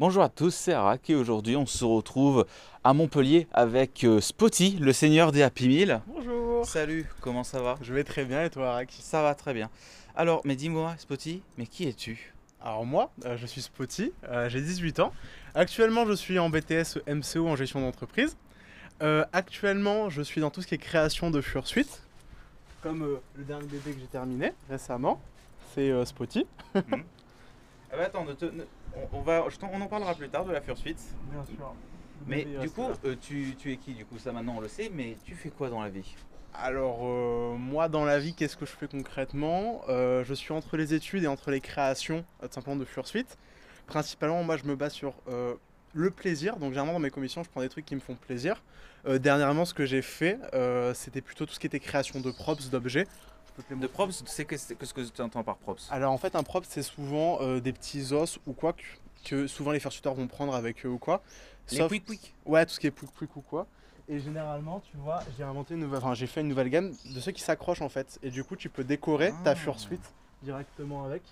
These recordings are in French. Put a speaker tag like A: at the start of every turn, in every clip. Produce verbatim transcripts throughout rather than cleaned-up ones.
A: Bonjour à tous, c'est Arak et aujourd'hui on se retrouve à Montpellier avec euh, Spotty, le seigneur des Happy Meal.
B: Bonjour,
A: Salut, comment ça va?
B: je vais très bien et toi Arak?
A: Ça va très bien. Alors, mais dis-moi Spotty, mais qui es-tu?
B: Alors moi, euh, je suis Spotty, euh, j'ai dix-huit ans. Actuellement je suis en B T S M C O en gestion d'entreprise. Euh, actuellement je suis dans tout ce qui est création de Fursuite. Comme euh, le dernier bébé que j'ai terminé récemment, c'est euh, Spotty.
A: Hmm. Ah bah attends, ne te- ne- on, on va, je t'en- on en parlera plus tard de la Fursuite.
B: Bien sûr.
A: Mais du coup, euh, tu, tu es qui du coup? Ça maintenant on le sait, mais tu fais quoi dans la vie?
B: Alors euh, moi dans la vie, qu'est-ce que je fais concrètement? Euh, Je suis entre les études et entre les créations euh, tout simplement de Fursuite. Principalement moi je me base sur euh, le plaisir, donc généralement dans mes commissions je prends des trucs qui me font plaisir. Euh, dernièrement ce que j'ai fait euh, c'était plutôt tout ce qui était création de props, d'objets. Je peux te les
A: De
B: montrer.
A: props, c'est que, c'est- qu'est-ce que tu entends par props?
B: Alors en fait un prop c'est souvent euh, des petits os ou quoi que, que souvent les fursuiteurs vont prendre avec eux ou quoi.
A: Les
B: Sauf
A: quick quick.
B: Ouais, tout ce qui est pouic pouic ou quoi. Et généralement, tu vois, j'ai inventé une nouvelle, enfin, j'ai fait une nouvelle gamme de ceux qui s'accrochent en fait. Et du coup, tu peux décorer ta
A: Ah.
B: fursuite directement avec.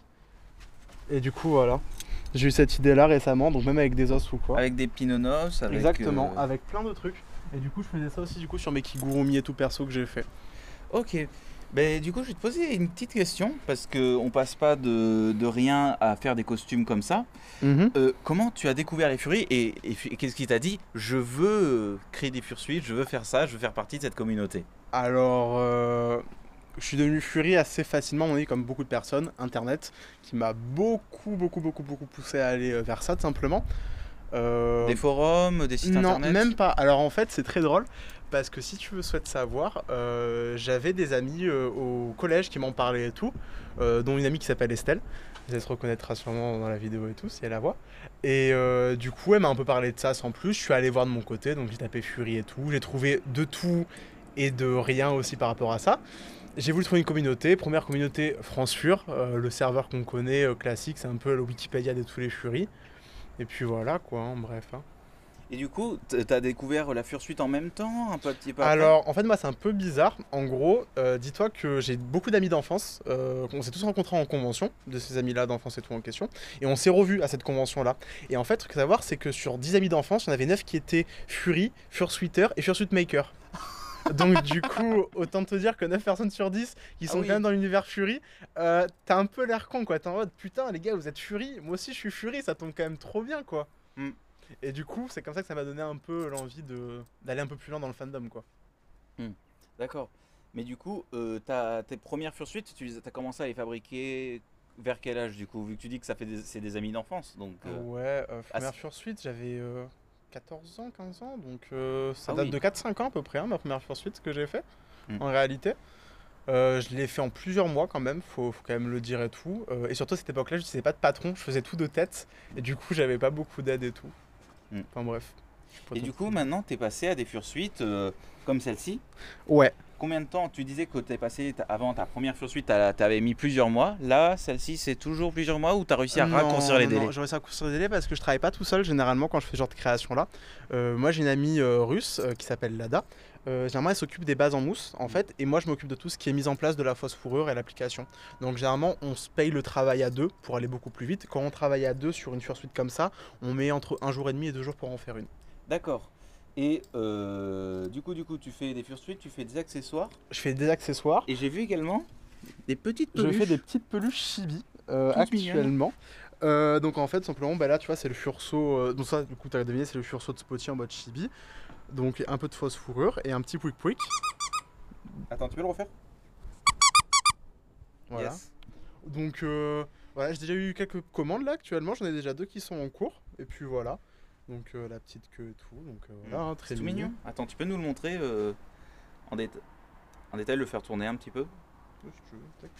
B: Et du coup, voilà. J'ai eu cette idée là récemment, donc même avec des os ou quoi.
A: Avec des pinonos, avec.
B: Exactement,
A: euh,
B: avec plein de trucs. Et du coup, je faisais ça aussi du coup sur mes kigurumi et tout perso que j'ai fait.
A: Ok. Ben, du coup, je vais te poser une petite question parce qu'on passe pas de, de rien à faire des costumes comme ça. Euh, comment tu as découvert les furies et, et f- et qu'est-ce qui t'a dit je veux euh, créer des fursuites, je veux faire ça, je veux faire partie de cette communauté?
B: Alors, euh, je suis devenu Fury assez facilement, à mon avis, comme beaucoup de personnes. Internet, qui m'a beaucoup, beaucoup, beaucoup, beaucoup poussé à aller euh, vers ça, tout simplement. Euh,
A: Des forums, des sites
B: non,
A: internet?
B: même pas. Alors en fait, c'est très drôle parce que si tu veux souhaites savoir, euh, j'avais des amis euh, au collège qui m'en parlaient et tout, euh, dont une amie qui s'appelle Estelle. Elle se reconnaîtra sûrement dans la vidéo et tout si elle la voit. Et euh, du coup, elle m'a un peu parlé de ça sans plus. Je suis allé voir de mon côté, donc j'ai tapé Fury et tout. J'ai trouvé de tout et de rien aussi par rapport à ça. J'ai voulu trouver une communauté. Première communauté France Fur, euh, le serveur qu'on connaît euh, classique, c'est un peu le Wikipédia de tous les Furies. Et puis voilà quoi, hein, bref. hein.
A: Et du coup, t- t'as découvert la fursuite en même temps, un peu petit peu après?
B: Alors, en fait, moi, c'est un peu bizarre. En gros, euh, dis-toi que j'ai beaucoup d'amis d'enfance. Euh, on s'est tous rencontrés en convention, de ces amis-là d'enfance et tout en question. Et on s'est revus à cette convention-là. Et en fait, ce qu'il faut savoir, c'est que sur dix amis d'enfance, il y en avait neuf qui étaient Fury, Fursuiter et Fursuit Maker. Donc, du coup, autant te dire que neuf personnes sur dix qui
A: Ah
B: sont
A: oui.
B: quand même dans l'univers Fury, euh, t'as un peu l'air con, quoi. T'es en mode, putain, les gars, vous êtes Fury. Moi aussi, je suis Fury, ça tombe quand même trop bien, quoi.
A: Hmm.
B: Et du coup, c'est comme ça que ça m'a donné un peu l'envie de d'aller un peu plus loin dans le fandom, quoi.
A: D'accord. Mais du coup, euh, t'as- tes premières fursuites, tu as commencé à les fabriquer vers quel âge du coup? Vu que tu dis que ça fait des- c'est des amis d'enfance, donc. euh,
B: Ouais, euh,
A: ah,
B: première
A: c'est-
B: Fursuite, j'avais euh, quatorze ans, quinze ans, donc euh, ça
A: Ah
B: date
A: oui.
B: de quatre cinq ans à peu près, hein, ma première Fursuite que j'ai fait,
A: Hmm.
B: en réalité. Euh, je l'ai fait en plusieurs mois quand même, faut, faut quand même le dire et tout. Euh, et surtout à cette époque-là, je n'utilisais pas de patron, je faisais tout de tête, et du coup, j'avais pas beaucoup d'aide et tout.
A: Hmm.
B: Enfin bref. Je pourrais
A: Et du
B: t'en-
A: coup, maintenant, tu es passé à des fursuites euh, comme celle-ci.
B: Ouais.
A: Combien de temps tu disais que tu es passé ta- avant ta première fursuite, tu avais mis plusieurs mois. Là, celle-ci, c'est toujours plusieurs mois ou tu as réussi à
B: Non,
A: raccourcir les
B: non,
A: délais?
B: non, j'ai réussi à raccourcir les délais parce que je travaille pas tout seul généralement quand je fais ce genre de création là. Euh, moi j'ai une amie euh, russe euh, qui s'appelle Lada. Euh, généralement elle s'occupe des bases en mousse en fait et moi je m'occupe de tout ce qui est mise en place de la fausse fourrure et l'application. Donc généralement on se paye le travail à deux pour aller beaucoup plus vite. Quand on travaille à deux sur une fursuite comme ça, on met entre un jour et demi et deux jours pour en faire une.
A: D'accord. Et euh, du coup, du coup, tu fais des fursuites, tu fais des accessoires.
B: Je fais des accessoires.
A: Et j'ai vu également des petites
B: Je
A: peluches.
B: fais des petites peluches chibi euh,
A: Toutes mignonnes.
B: actuellement. Euh, donc en fait simplement bah là tu vois c'est le fursaut, euh, donc ça du coup t'as deviné c'est le fursaut de Spotty en mode chibi. Donc un peu de fausse fourrure et un petit pouic pouic.
A: Attends, tu peux le refaire?
B: Voilà.
A: Yes.
B: Donc euh, voilà, j'ai déjà eu quelques commandes là actuellement, j'en ai déjà deux qui sont en cours. Et puis voilà. Donc euh, la petite queue et tout. Donc euh, voilà, hein, très
A: C'est tout mignon. Attends, tu peux nous le montrer euh, en, déta- en détail, le faire tourner un petit peu?
B: Ouais, si tu veux, tac.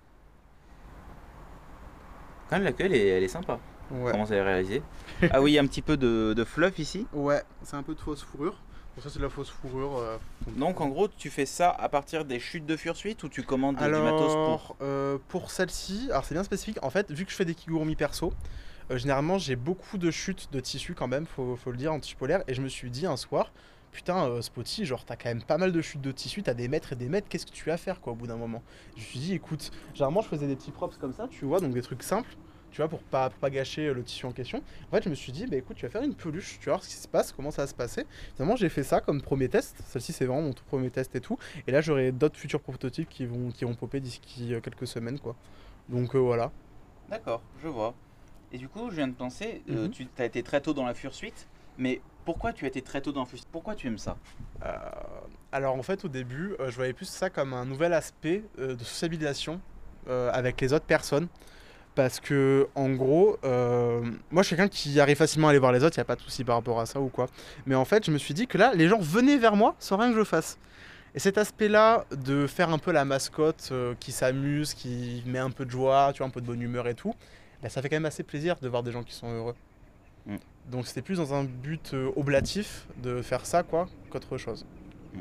A: Quand même, la queue, elle est, elle est sympa.
B: Ouais.
A: Comment ça est réalisé? Ah oui, il y a un petit peu de, de fluff ici.
B: Ouais, c'est un peu de fausse fourrure. Donc ça c'est de la fausse fourrure. euh,
A: Donc en gros, tu fais ça à partir des chutes de fursuite ou tu commandes du matos pour...
B: Alors, euh, pour celle-ci, alors c'est bien spécifique. En fait, vu que je fais des kigurumi perso, euh, généralement j'ai beaucoup de chutes de tissu quand même, faut, faut le dire, en tissu polaire. Et je me suis dit un soir, putain, euh, Spotty, genre t'as quand même pas mal de chutes de tissu, t'as des mètres et des mètres, qu'est-ce que tu vas faire quoi au bout d'un moment? Je me suis dit, écoute, généralement je faisais des petits props comme ça, tu vois, donc des trucs simples. tu vois, pour pas, pour pas gâcher le tissu en question. En fait, je me suis dit, bah écoute, tu vas faire une peluche, tu vas voir ce qui se passe, comment ça va se passer. Finalement, j'ai fait ça comme premier test. Celle-ci, c'est vraiment mon tout premier test et tout. Et là, j'aurai d'autres futurs prototypes qui vont, qui vont popper d'ici euh, quelques semaines, quoi. Donc euh, voilà.
A: D'accord, je vois. Et du coup, je viens de penser, euh,
B: Mhm.
A: tu as été très tôt dans la fursuite, mais pourquoi tu as été très tôt dans la fursuite? Pourquoi tu aimes ça?
B: Euh, alors en fait, au début, euh, je voyais plus ça comme un nouvel aspect euh, de sociabilisation euh, avec les autres personnes. Parce que, en gros, euh, moi je suis quelqu'un qui arrive facilement à aller voir les autres, il n'y a pas de souci par rapport à ça ou quoi. Mais en fait, je me suis dit que là, les gens venaient vers moi sans rien que je fasse. Et cet aspect-là, de faire un peu la mascotte euh, qui s'amuse, qui met un peu de joie, tu vois, un peu de bonne humeur et tout, bah, ça fait quand même assez plaisir de voir des gens qui sont heureux.
A: Mm.
B: Donc c'était plus dans un but euh, oblatif de faire ça, quoi, qu'autre chose.
A: Mm.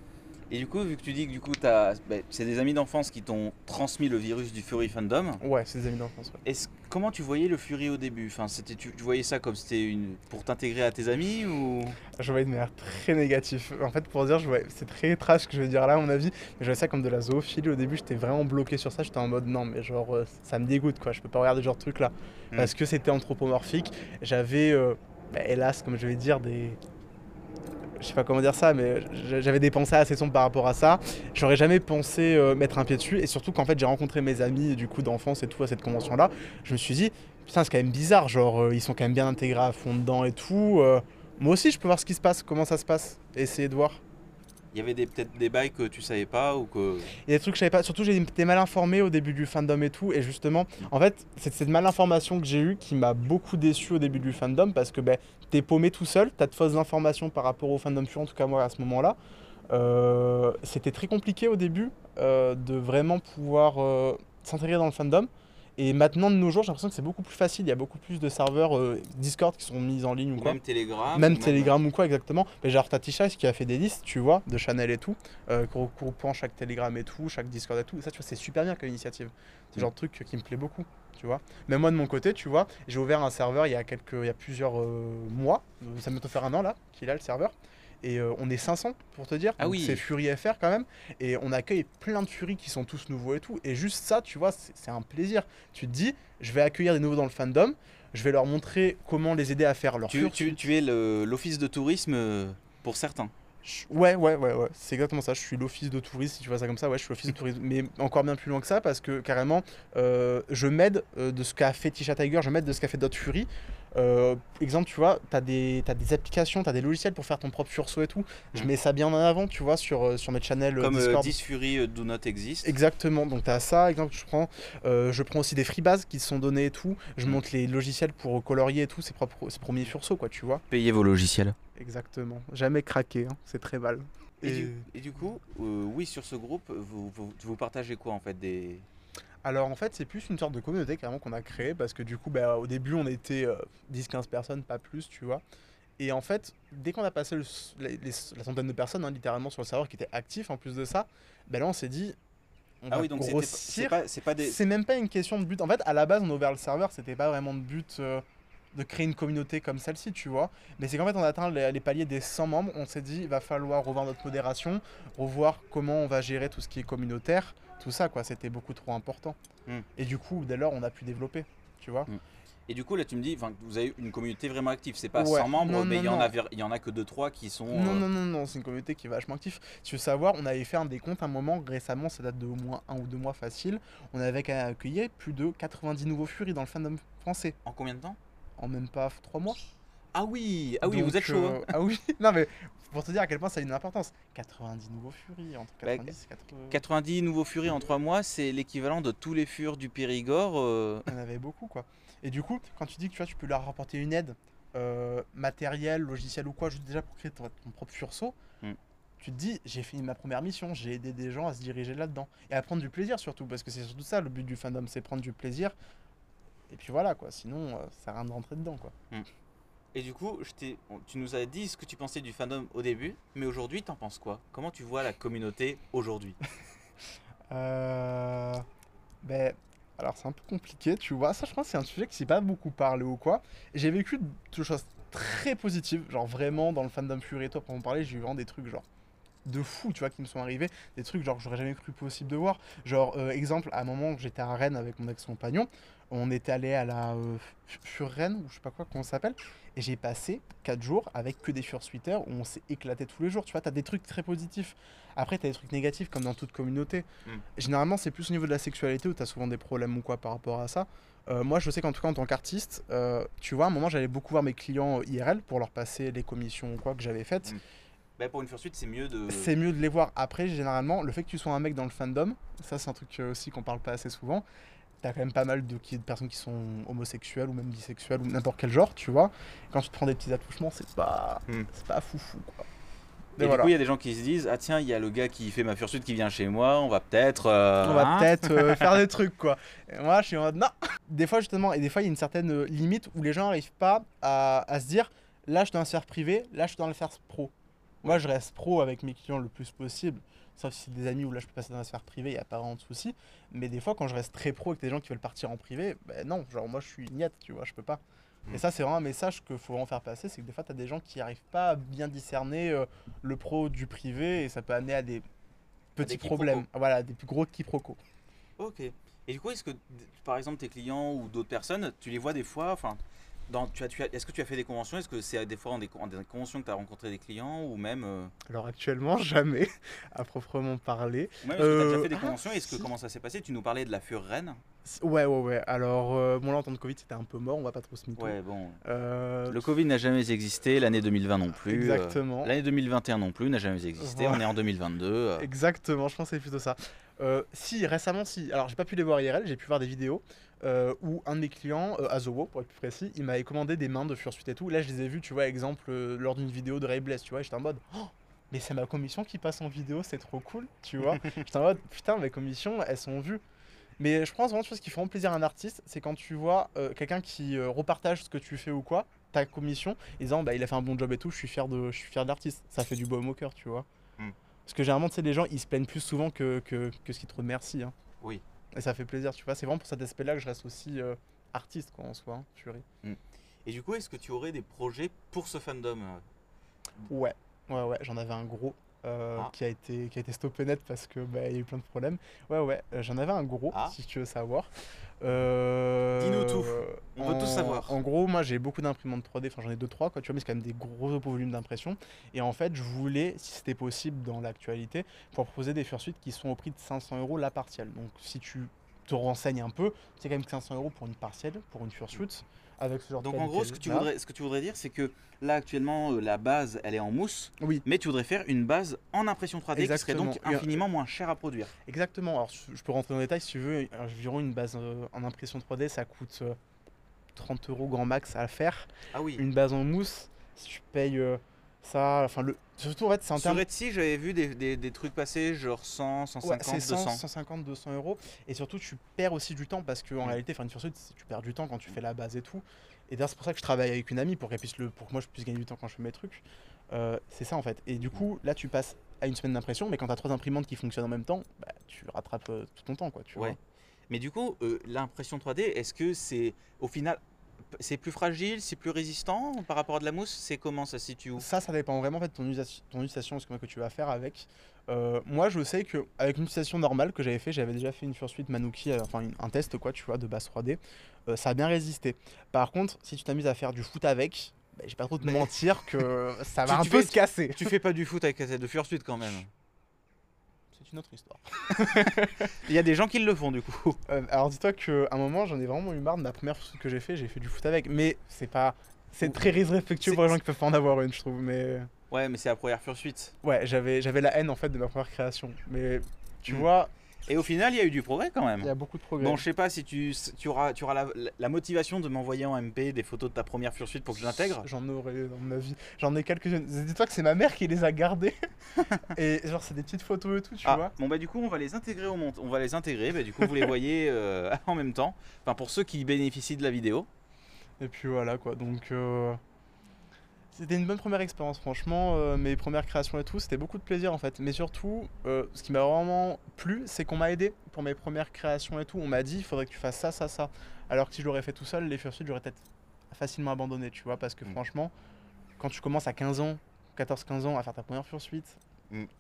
A: Et du coup, vu que tu dis que du coup, t'as, bah, c'est des amis d'enfance qui t'ont transmis le virus du Furry Fandom,
B: Ouais, c'est des amis d'enfance, ouais.
A: est-ce, comment tu voyais le Furry au début? Enfin, c'était, tu, tu voyais ça comme c'était une, pour t'intégrer à tes amis ou...
B: Je voyais de manière très négative. En fait, pour dire, je voyais- c'est très trash ce que je vais dire là, à mon avis. Mais je voyais ça comme de la zoophilie. Au début, j'étais vraiment bloqué sur ça. J'étais en mode non, mais genre, euh, ça me dégoûte quoi. Je peux pas regarder ce genre de truc là.
A: Mm.
B: Parce que c'était anthropomorphique. J'avais, euh, bah, hélas, comme je vais dire, des. Je sais pas comment dire ça, mais j- j'avais des pensées assez sombres par rapport à ça. J'aurais jamais pensé euh, mettre un pied dessus. Et surtout qu'en fait, j'ai rencontré mes amis du coup d'enfance et tout à cette convention là. Je me suis dit, putain, c'est quand même bizarre. Genre, euh, ils sont quand même bien intégrés à fond dedans et tout. euh, moi aussi, je peux voir ce qui se passe, comment ça se passe, et essayer de voir.
A: Il y avait des, peut-être des bails que tu savais pas ou que...
B: Il y a des trucs que je savais pas. Surtout, j'ai été mal informé au début du fandom et tout. Et justement, en fait, c'est cette malinformation que j'ai eue qui m'a beaucoup déçu au début du fandom parce que ben, t'es paumé tout seul, t'as de fausses informations par rapport au fandom pur, en tout cas moi à ce moment-là. Euh, c'était très compliqué au début euh, de vraiment pouvoir euh, s'intégrer dans le fandom. Et maintenant, de nos jours, j'ai l'impression que c'est beaucoup plus facile. Il y a beaucoup plus de serveurs euh, Discord qui sont mis en ligne ou
A: Ou
B: quoi.
A: même Telegram.
B: Même
A: ou
B: Telegram ou quoi exactement. Mais genre t'as Tisha qui a fait des listes, tu vois, de Chanel et tout, euh, qui regroupant chaque Telegram et tout, chaque Discord et tout. Et ça, tu vois, c'est super bien comme initiative. C'est le genre de truc qui me plaît beaucoup, tu vois. Mais moi de mon côté, tu vois, j'ai ouvert un serveur il y a quelques, il y a plusieurs euh, mois. Euh, Ça va bientôt faire un an là qu'il a le serveur. Et euh, on est cinq cents pour te dire.
A: Ah
B: Donc,
A: oui.
B: c'est Fury F R quand même. Et on accueille plein de Fury qui sont tous nouveaux et tout. Et juste ça, tu vois, c'est c'est un plaisir. Tu te dis, je vais accueillir des nouveaux dans le fandom. Je vais leur montrer comment les aider à faire leur
A: Tu,
B: fursuit.
A: tu, tu es le- l'office de tourisme euh, pour certains.
B: Je- Ouais, ouais, ouais, ouais, c'est exactement ça. Je suis l'office de tourisme, si tu vois ça comme ça. Ouais, je suis l'office de tourisme, mais encore bien plus loin que ça parce que carrément, euh, je m'aide euh, de ce qu'a fait Tisha Tiger, je m'aide de ce qu'a fait Dot Fury. Euh, exemple, tu vois, t'as des, t'as des applications, t'as des logiciels pour faire ton propre sursaut et tout. Je
A: Mm.
B: mets ça bien en avant, tu vois, sur, euh, sur mes channels euh,
A: Comme euh,
B: Discord.
A: dix Fury euh, Do Not Exist.
B: Exactement, donc t'as ça, exemple, je prends, euh, je prends aussi des freebases qui te sont donnés et tout. Je
A: Mm.
B: monte les logiciels pour colorier et tout, ses, propres, ses premiers sursauts, quoi, tu vois.
A: Payez vos logiciels.
B: Exactement, jamais craqué, hein, c'est très mal.
A: Et,
B: Et-
A: du, et du coup, euh, oui, sur ce groupe, vous, vous, vous partagez quoi en fait des...
B: Alors en fait c'est plus une sorte de communauté carrément qu'on a créée parce que du coup bah, au début on était euh, dix quinze personnes, pas plus tu vois. Et en fait dès qu'on a passé le s- les- les- la centaine de personnes hein, littéralement sur le serveur qui était actif en plus de ça, bah là on s'est dit on
A: Ah
B: va
A: oui, donc c'était pas- c'est
B: grossir.
A: pas, c'est pas des...
B: C'est même pas une question de but. En fait à la base on a ouvert le serveur, c'était pas vraiment de but euh, de créer une communauté comme celle-ci tu vois. Mais c'est qu'en fait on a atteint les, les paliers des cent membres, on s'est dit il va falloir revoir notre modération, revoir comment on va gérer tout ce qui est communautaire. Tout ça, quoi, c'était beaucoup trop important.
A: Hmm.
B: Et du coup, dès lors, on a pu développer, tu vois.
A: Hmm. Et du coup, là, tu me dis, enfin, vous avez une communauté vraiment active. C'est pas
B: Ouais.
A: cent membres,
B: Non,
A: mais
B: non,
A: il y en
B: non.
A: a, ver- il y en a que deux trois qui sont.
B: Non,
A: euh,
B: non, non, non, c'est une communauté qui est vachement active. Si tu veux savoir, on avait fait un décompte un moment récemment, ça date de au moins un ou deux mois facile. On avait accueilli plus de quatre-vingt-dix nouveaux Fury dans le fandom français.
A: En combien de temps?
B: En même pas trois mois.
A: Ah oui, ah oui,
B: Donc,
A: vous êtes chaud. hein.
B: euh, Ah oui, non mais pour te dire à quel point ça a une importance. quatre-vingt-dix nouveaux Fury, entre
A: Bah,
B: quatre-vingt-dix et quatre-vingts.
A: quatre-vingt-dix nouveaux Fury en trois mois, c'est l'équivalent de tous les Furs du Périgord. euh,
B: Il y en avait beaucoup quoi. Et du coup, quand tu dis que tu vois, tu peux leur rapporter une aide euh, matérielle, logicielle ou quoi, juste déjà pour créer ton, ton propre sursaut,
A: Mm.
B: tu te dis j'ai fait ma première mission, j'ai aidé des gens à se diriger là-dedans et à prendre du plaisir surtout parce que c'est surtout ça le but du fandom, c'est prendre du plaisir. Et puis voilà quoi, sinon euh, ça sert à rien de rentrer dedans quoi.
A: Et du coup, je t'ai- on- tu nous as dit ce que tu pensais du fandom au début, mais aujourd'hui, t'en penses quoi? Comment tu vois la communauté aujourd'hui?
B: Euh... Ben, alors c'est un peu compliqué, tu vois. Ça, je pense que c'est un sujet qui s'est pas beaucoup parlé ou quoi. Et j'ai vécu de choses très positives, genre vraiment dans le fandom Fury et toi, pour en parler, j'ai eu vraiment des trucs genre de fou, tu vois, qui me sont arrivés, des trucs genre que j'aurais jamais cru possible de voir. Genre, euh, exemple, à un moment, j'étais à Rennes avec mon ex-compagnon, on était allé à la euh, Fur-Rennes, ou je sais pas quoi, comment ça s'appelle, et j'ai passé quatre jours avec que des fursuiteurs où on s'est éclaté tous les jours, tu vois, t'as des trucs très positifs. Après, t'as des trucs négatifs comme dans toute communauté.
A: Mm.
B: Généralement, c'est plus au niveau de la sexualité où t'as souvent des problèmes ou quoi par rapport à ça. Euh, moi, je sais qu'en tout cas, en tant qu'artiste, euh, tu vois, à un moment, j'allais beaucoup voir mes clients I R L pour leur passer les commissions ou quoi que j'avais faites.
A: Mm. Bah, pour une fursuite, c'est mieux de.
B: C'est mieux de les voir. Après, généralement, le fait que tu sois un mec dans le fandom, ça, c'est un truc aussi qu'on parle pas assez souvent. T'as quand même pas mal de, de personnes qui sont homosexuelles ou même bisexuelles ou n'importe quel genre, tu vois. Quand tu te prends des petits attouchements, c'est pas,
A: Mm.
B: c'est pas foufou, quoi.
A: Mais et voilà. Du coup, il y a des gens qui se disent, ah tiens, il y a le gars qui fait ma fursuite qui vient chez moi, on va peut-être... Euh,
B: on va
A: hein
B: peut-être euh, faire des trucs, quoi. Et moi, je suis en mode, non. Des fois, justement, et des fois, il y a une certaine limite où les gens n'arrivent pas à, à se dire, là, je dois le faire privé, là, je dois le faire pro. Moi, je reste pro avec mes clients le plus possible. Sauf si c'est des amis où là, je peux passer dans la sphère privée, il n'y a pas vraiment de souci. Mais des fois, quand je reste très pro avec des gens qui veulent partir en privé, ben non, genre, moi, je suis niette, tu vois, je peux pas. Et ça, c'est vraiment un message qu'il faut vraiment faire passer, c'est que des fois, tu as des gens qui n'arrivent pas à bien discerner euh, le pro du privé et ça peut amener à des petits à des problèmes. Voilà, des plus gros quiproquos.
A: Ok. Et du coup, est-ce que, par exemple, tes clients ou d'autres personnes, tu les vois des fois, enfin, dans, tu as, tu as, est-ce que tu as fait des conventions? Est-ce que c'est des fois en des, en des conventions que tu as rencontré des clients ou même euh...
B: Alors actuellement, jamais, à proprement parler.
A: Ou même, est-ce euh... que tu as déjà fait des conventions? ah, Est-ce si. que comment ça s'est passé? Tu nous parlais de la Fur-Rennes.
B: Ouais, ouais, ouais. Alors, euh, bon, là, en temps de Covid, c'était un peu mort, on va pas trop se mytho.
A: Ouais, bon.
B: Euh...
A: Le Covid n'a jamais existé, l'année deux mille vingt non plus.
B: Exactement.
A: Euh, l'année deux mille vingt et un non plus n'a jamais existé, voilà. On est en deux mille vingt-deux. Euh...
B: Exactement, je pense que c'est plutôt ça. Euh, si, récemment, si. Alors, j'ai pas pu les voir I R L, j'ai pu voir des vidéos euh, où un de mes clients, euh, Azowo pour être plus précis, il m'avait commandé des mains de fursuite et tout. Là, je les ai vus, tu vois, exemple, euh, lors d'une vidéo de Ray Bless, tu vois, j'étais en mode. Oh, mais c'est ma commission qui passe en vidéo, c'est trop cool, tu vois. J'étais en mode, putain, mes commissions, elles sont vues. Mais je pense vraiment, tu vois, ce qui fait vraiment plaisir à un artiste, c'est quand tu vois euh, quelqu'un qui euh, repartage ce que tu fais ou quoi, ta commission, et disant, bah, il a fait un bon job et tout, je suis fier de, je suis fier de l'artiste. Ça fait du baume au cœur, tu vois. Mm. Parce que généralement, tu sais, les gens, ils se plaignent plus souvent que, que, que ce qu'ils te remercient. Hein.
A: Oui.
B: Et ça fait plaisir, tu vois. C'est vraiment pour cet aspect-là que je reste aussi euh, artiste, quoi, en soi, hein, Fury.
A: Mm. Et du coup, est-ce que tu aurais des projets pour ce fandom?
B: Ouais, ouais, ouais, j'en avais un gros. Euh, ah. qui, a été, qui a été stoppé net parce que bah, y a eu plein de problèmes. Ouais, ouais, euh, j'en avais un gros, ah. si tu veux savoir.
A: Euh, Dis-nous tout, on
B: en,
A: veut tout savoir.
B: En gros, moi j'ai beaucoup d'imprimantes trois D, enfin j'en ai deux trois, quoi, tu vois, mais c'est quand même des gros volumes d'impression. Et en fait, je voulais, si c'était possible dans l'actualité, pour proposer des fursuites qui sont au prix de cinq cents euros la partielle. Donc si tu te renseignes un peu, c'est quand même cinq cents euros pour une partielle, pour une fursuite. Avec ce genre
A: Donc
B: de
A: en gros, ce que, tu voudrais, ce que tu voudrais dire, c'est que là actuellement, euh, la base, elle est en mousse,
B: oui.
A: mais tu voudrais faire une base en impression trois D Exactement. Qui serait donc infiniment moins cher à produire.
B: Exactement. Alors je peux rentrer dans les détails si tu veux. Environ une base euh, en impression trois D, ça coûte euh, trente euros grand max à faire.
A: Ah oui.
B: Une base en mousse, si tu payes euh, ça, enfin le. Surtout en fait, c'est en
A: termes. Sur Etsy, j'avais vu des, des, des trucs passer, genre cent, cent cinquante,
B: ouais,
A: deux cents.
B: cent cinquante, deux cents euros. Et surtout, tu perds aussi du temps parce qu'en mmh. réalité, faire une fursuite, tu perds du temps quand tu fais la base et tout. Et d'ailleurs, c'est pour ça que je travaille avec une amie pour qu'elle puisse le, pour que moi je puisse gagner du temps quand je fais mes trucs. Euh, c'est ça en fait. Et du coup, là, tu passes à une semaine d'impression, mais quand tu as trois imprimantes qui fonctionnent en même temps, bah, tu rattrapes euh, tout ton temps, quoi. Tu
A: ouais.
B: vois.
A: Mais du coup, euh, l'impression trois D, est-ce que c'est au final. C'est plus fragile, c'est plus résistant par rapport à de la mousse? C'est comment ça se situe où?
B: Ça, ça dépend vraiment en fait, de ton, usage, ton utilisation, ce que tu vas faire avec. Euh, moi, je sais qu'avec une utilisation normale que j'avais fait, j'avais déjà fait une fursuite Manuki, enfin une, un test quoi, tu vois, de base trois D. Euh, ça a bien résisté. Par contre, si tu t'amuses à faire du foot avec, bah, je vais pas trop te Mais... mentir que ça va tu, un tu peu fais, se casser.
A: Tu, tu fais pas du foot avec la de fursuite quand même.
B: C'est une autre histoire.
A: Il y a des gens qui le font du coup.
B: Euh, alors dis-toi qu'à un moment j'en ai vraiment eu marre de ma première fursuite que j'ai fait, j'ai fait du foot avec, mais c'est pas, c'est très respectueux pour les gens qui peuvent pas en avoir une, je trouve. Mais
A: ouais, mais c'est la première fursuite.
B: Ouais, j'avais j'avais la haine en fait de ma première création, mais tu mmh. vois.
A: Et au final, il y a eu du progrès quand même.
B: Il y a beaucoup de progrès.
A: Bon, je sais pas si tu, tu auras, tu auras la, la motivation de m'envoyer en M P des photos de ta première fursuite pour que je l'intègre.
B: J'en aurais dans ma vie. J'en ai quelques-unes. Dis-toi que c'est ma mère qui les a gardées. Et genre, c'est des petites photos et tout, tu
A: ah,
B: vois.
A: Bon, bah du coup, on va les intégrer au montant. On va les intégrer. Bah, du coup, vous les voyez euh, en même temps. Enfin, pour ceux qui bénéficient de la vidéo.
B: Et puis voilà quoi. Donc. Euh... C'était une bonne première expérience, franchement, euh, mes premières créations et tout, c'était beaucoup de plaisir en fait. Mais surtout, euh, ce qui m'a vraiment plu, c'est qu'on m'a aidé pour mes premières créations et tout. On m'a dit, il faudrait que tu fasses ça, ça, ça. Alors que si je l'aurais fait tout seul, les fursuites, j'aurais peut-être facilement abandonné, tu vois. Parce que mmh. franchement, quand tu commences à quinze ans, quatorze quinze ans à faire ta première fursuite, mmh.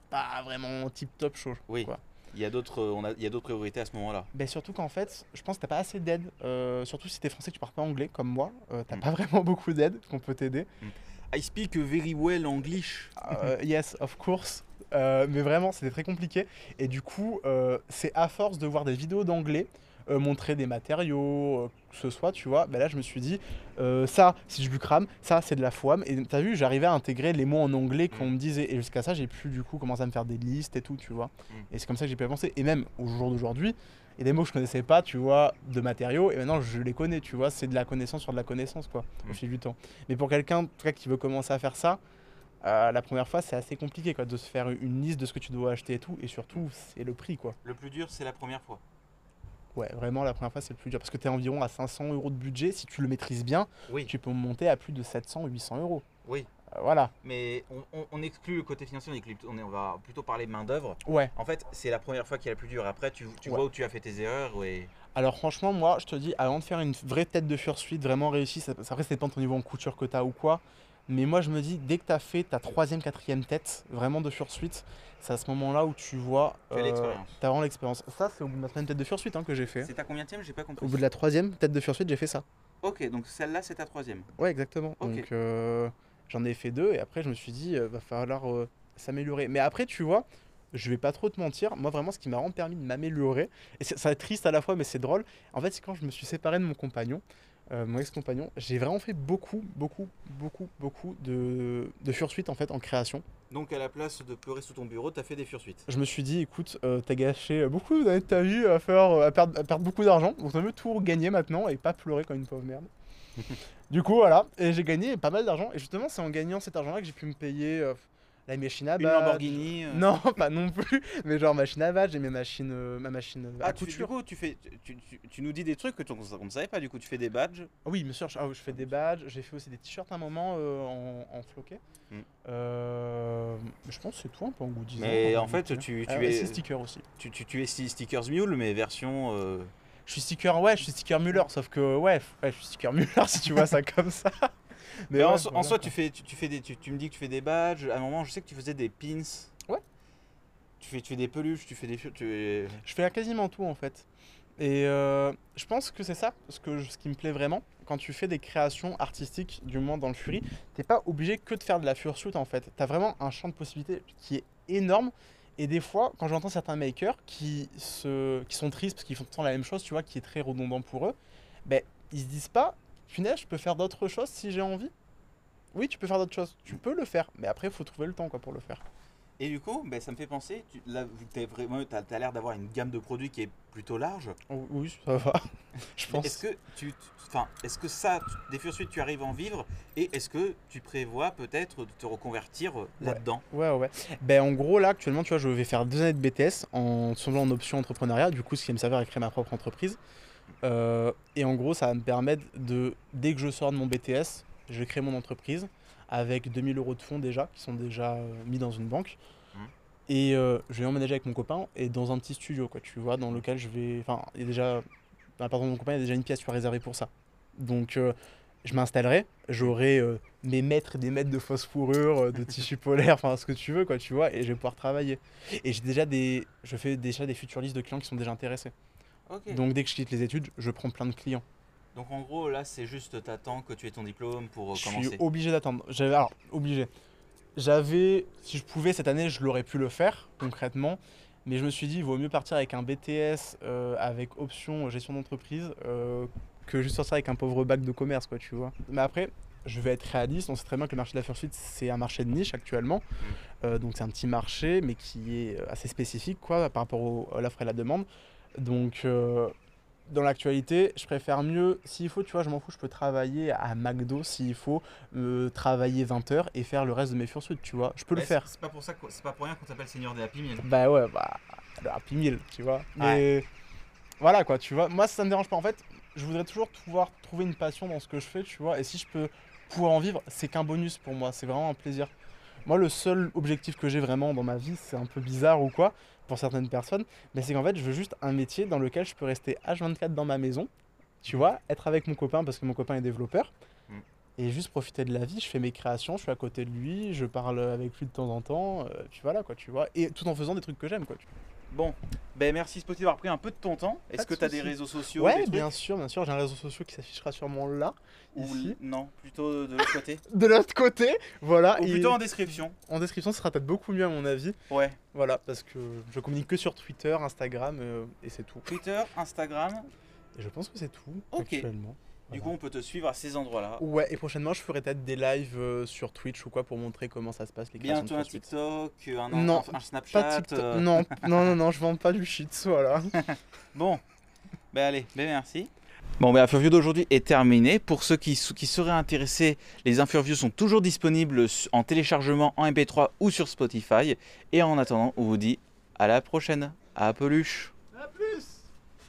B: pas vraiment tip top chaud.
A: Oui.
B: Quoi.
A: Il y a d'autres, on a, il y a d'autres priorités à ce moment-là.
B: Ben surtout qu'en fait, je pense que t'as pas assez d'aide. Euh, surtout si t'es français, que tu parles pas anglais comme moi, euh, t'as
A: Mm.
B: pas vraiment beaucoup d'aide qu'on peut t'aider.
A: Mm. I speak very well English.
B: Euh, yes, of course. Euh, mais vraiment, c'était très compliqué. Et du coup, euh, c'est à force de voir des vidéos d'anglais, euh, montrer des matériaux, euh, que ce soit, tu vois, ben là, je me suis dit, euh, ça, si je lui crame, ça, c'est de la foam. Et t'as vu, j'arrivais à intégrer les mots en anglais qu'on
A: Mm.
B: me disait. Et jusqu'à ça, j'ai pu, du coup, commencer à me faire des listes et tout, tu vois.
A: Mm.
B: Et c'est comme ça que j'ai pu avancer. Et même au jour d'aujourd'hui, il y a des mots que je connaissais pas, tu vois, de matériaux. Et maintenant, je les connais, tu vois. C'est de la connaissance sur de la connaissance, quoi, au
A: Mm.
B: fil du temps. Mais pour quelqu'un, en tout cas, qui veut commencer à faire ça, euh, la première fois, c'est assez compliqué quoi, de se faire une liste de ce que tu dois acheter et tout, et surtout, c'est le prix quoi.
A: Le plus dur, c'est la première fois.
B: Ouais, vraiment, la première fois, c'est le plus dur parce que tu es environ à cinq cents euros de budget. Si tu le maîtrises bien,
A: Oui.
B: tu peux monter à plus de sept cents, huit cents euros.
A: Oui.
B: Euh, voilà.
A: Mais on, on- on exclut le côté financier, on, exclut- on est- on va plutôt parler main d'œuvre.
B: Ouais.
A: En fait, c'est la première fois qui est la plus dure. Après, tu, tu
B: Ouais.
A: vois où tu as fait tes erreurs. Et...
B: Alors, franchement, moi, je te dis, avant de faire une vraie tête de fursuite vraiment réussie, ça, ça après, ça dépend de ton niveau en couture que tu as ou quoi. Mais moi, je me dis, dès que tu as fait ta troisième, quatrième tête vraiment de fursuite, c'est à ce moment-là où tu vois.
A: Tu as l'expérience.
B: T'as vraiment l'expérience. Ça, c'est au bout de ma troisième tête de fursuite hein, que j'ai fait.
A: C'est ta combienième? J'ai pas compris.
B: Au bout de la troisième tête de fursuite, j'ai fait ça.
A: Ok, donc celle-là, c'est ta troisième.
B: Ouais, exactement.
A: Ok.
B: Donc, euh, j'en ai fait deux et après, je me suis dit, euh, va falloir euh, s'améliorer. Mais après, tu vois, je vais pas trop te mentir. Moi, vraiment, ce qui m'a vraiment permis de m'améliorer, et c'est- ça va être triste à la fois, mais c'est drôle. En fait, c'est quand je me suis séparé de mon compagnon, euh, mon ex-compagnon, j'ai vraiment fait beaucoup, beaucoup, beaucoup, beaucoup de, de fursuite en fait en création.
A: Donc, à la place de pleurer sous ton bureau, t'as fait des fursuites.
B: Je me suis dit, écoute, euh, t'as gâché beaucoup d'années de ta vie à, faire, à, perdre, à perdre beaucoup d'argent, donc t'as mieux tout gagner maintenant et pas pleurer comme une pauvre merde. Du coup, voilà, et j'ai gagné pas mal d'argent, et justement, c'est en gagnant cet argent-là que j'ai pu me payer euh, la machine à
A: Une
B: badge.
A: Lamborghini. euh.
B: Non, pas non plus, mais genre machine à badge et mes machines, euh, ma machine euh, à
A: Ah, tu, du
B: couture.
A: coup, tu, fais, tu, tu- tu nous dis des trucs que tu, on ne savait pas. Du coup, tu fais des badges.
B: Ah oui, bien sûr, je, ah oui, je fais des badges, j'ai fait aussi des t-shirts à un moment euh, en, en floqué.
A: Mm.
B: Euh, je pense que c'est tout un peu en goodies.
A: Mais
B: hein,
A: en fait,
B: goodies.
A: tu, tu
B: Ah,
A: es.
B: et c'est sticker aussi.
A: Tu, tu, tu es sti- Stickers Mule, mais version. euh,
B: Je suis sticker, ouais, je suis sticker Muller, sauf que ouais, f- ouais je suis sticker Muller si tu vois ça comme ça.
A: Mais en,
B: ouais,
A: so- en
B: voilà,
A: soi,
B: quoi.
A: tu, fais, tu, tu fais des, tu, tu me dis que tu fais des badges. À un moment, je sais que tu faisais des pins.
B: Ouais.
A: Tu fais, tu fais des peluches, tu fais des. fu- Tu es-
B: Je fais quasiment tout en fait. Et euh, je pense que c'est ça ce, que, ce qui me plaît vraiment. Quand tu fais des créations artistiques, du moins dans le Fury, t'es pas obligé que de faire de la fursuit en fait. T'as vraiment un champ de possibilités qui est énorme. Et des fois, quand j'entends certains makers qui, se, qui sont tristes parce qu'ils font tout le temps la même chose, tu vois, qui est très redondant pour eux, ben ils se disent pas, punaise, je peux faire d'autres choses si j'ai envie. Oui, tu peux faire d'autres choses, tu peux le faire, mais après, il faut trouver le temps quoi, pour le faire.
A: Et du coup, ben, ça me fait penser, tu, là, vu que t'es vraiment, t'as, t'as l'air d'avoir une gamme de produits qui est plutôt large.
B: Oh, oui, ça va, je pense.
A: Est-ce que, tu, tu- enfin, est-ce que ça, tu- des fursuites, tu arrives à en vivre? Et est-ce que tu prévois peut-être de te reconvertir euh, là-dedans?
B: Ouais, ouais. Ben, en gros, là, actuellement, tu vois, je vais faire deux années de B T S en faisant en option entrepreneuriat. Du coup, ce qui va me servir à créer ma propre entreprise. Euh, et en gros, ça va me permettre de, dès que je sors de mon B T S, je vais créer mon entreprise avec deux mille euros de fonds déjà, qui sont déjà euh, mis dans une banque.
A: Mhm.
B: Et euh, je vais emménager avec mon copain et dans un petit studio, quoi, tu vois, dans lequel je vais. Enfin, il y a déjà. Dans l'appartement de mon copain, il y a déjà une pièce tu vois, réservée pour ça. Donc, euh, je m'installerai, j'aurai euh, mes mètres et des mètres de fausse fourrure, euh, de tissu polaire, enfin ce que tu veux, quoi, tu vois, et je vais pouvoir travailler. Et j'ai déjà des. Je fais déjà des futures listes de clients qui sont déjà intéressés.
A: Ok.
B: Donc, dès que je quitte les études, je prends plein de clients.
A: Donc en gros, là, c'est juste t'attends que tu aies ton diplôme pour euh,
B: Je
A: commencer.
B: suis obligé d'attendre. J'avais, alors, obligé. J'avais, si je pouvais cette année, je l'aurais pu le faire concrètement, mais je me suis dit, il vaut mieux partir avec un B T S euh, avec option gestion d'entreprise euh, que juste sortir avec un pauvre bac de commerce, quoi, tu vois. Mais après, je vais être réaliste. On sait très bien que le marché de la fursuite, c'est un marché de niche actuellement, Euh, donc c'est un petit marché, mais qui est assez spécifique, quoi, par rapport au- à l'offre et la demande. Donc euh, dans l'actualité, je préfère mieux, s'il faut, tu vois, je m'en fous, je peux travailler à McDo s'il faut, euh, travailler vingt heures et faire le reste de mes fursuits, tu vois. Je peux
A: Ouais,
B: le faire.
A: C'est c'est pas pour ça, que- c'est pas pour rien qu'on t'appelle Seigneur des Happy Meal.
B: Bah ouais, bah, le Happy Meal, tu vois. Mais voilà, quoi, tu vois. Moi, ça me dérange pas. En fait, je voudrais toujours pouvoir trouver une passion dans ce que je fais, tu vois. Et si je peux pouvoir en vivre, c'est qu'un bonus pour moi. C'est vraiment un plaisir. Moi, le seul objectif que j'ai vraiment dans ma vie, c'est un peu bizarre ou quoi, pour certaines personnes, mais c'est qu'en fait, je veux juste un métier dans lequel je peux rester H vingt-quatre dans ma maison, tu vois, être avec mon copain parce que mon copain est développeur,
A: Mm.
B: et juste profiter de la vie. Je fais mes créations, je suis à côté de lui, je parle avec lui de temps en temps, euh, puis voilà quoi, tu vois, et tout en faisant des trucs que j'aime quoi.
A: Bon, ben merci Spotty d'avoir pris un peu de ton temps.
B: Pas
A: Est-ce
B: de
A: que tu as des
B: soucis.
A: réseaux sociaux, des
B: Ouais,
A: trucs
B: bien sûr, bien sûr, j'ai un réseau social qui s'affichera sûrement là,
A: Ou
B: ici.
A: l- non, plutôt de l'autre côté.
B: De l'autre côté, voilà.
A: Ou
B: et
A: plutôt en description.
B: en description, ce sera peut-être beaucoup mieux à mon avis.
A: Ouais.
B: Voilà, parce que je communique que sur Twitter, Instagram, euh, et c'est tout.
A: Twitter, Instagram.
B: Et je pense que c'est tout
A: Ok.
B: actuellement.
A: Du
B: Voilà.
A: coup, on peut te suivre à ces endroits-là.
B: Ouais, et prochainement, je ferai peut-être des lives euh, sur Twitch ou quoi pour montrer comment ça se passe, les créations
A: Bientôt
B: de
A: un
B: CrossFit.
A: TikTok, un,
B: Non,
A: un, un Snapchat.
B: Pas TikTok.
A: euh,
B: Non, non, non, non, je vends pas du shit, voilà.
A: Bon, ben allez, ben merci. Bon, ben la interview d'aujourd'hui est terminée. Pour ceux qui, qui seraient intéressés, les interviews sont toujours disponibles en téléchargement en M P trois ou sur Spotify. Et en attendant, on vous dit à la prochaine. À Peluche.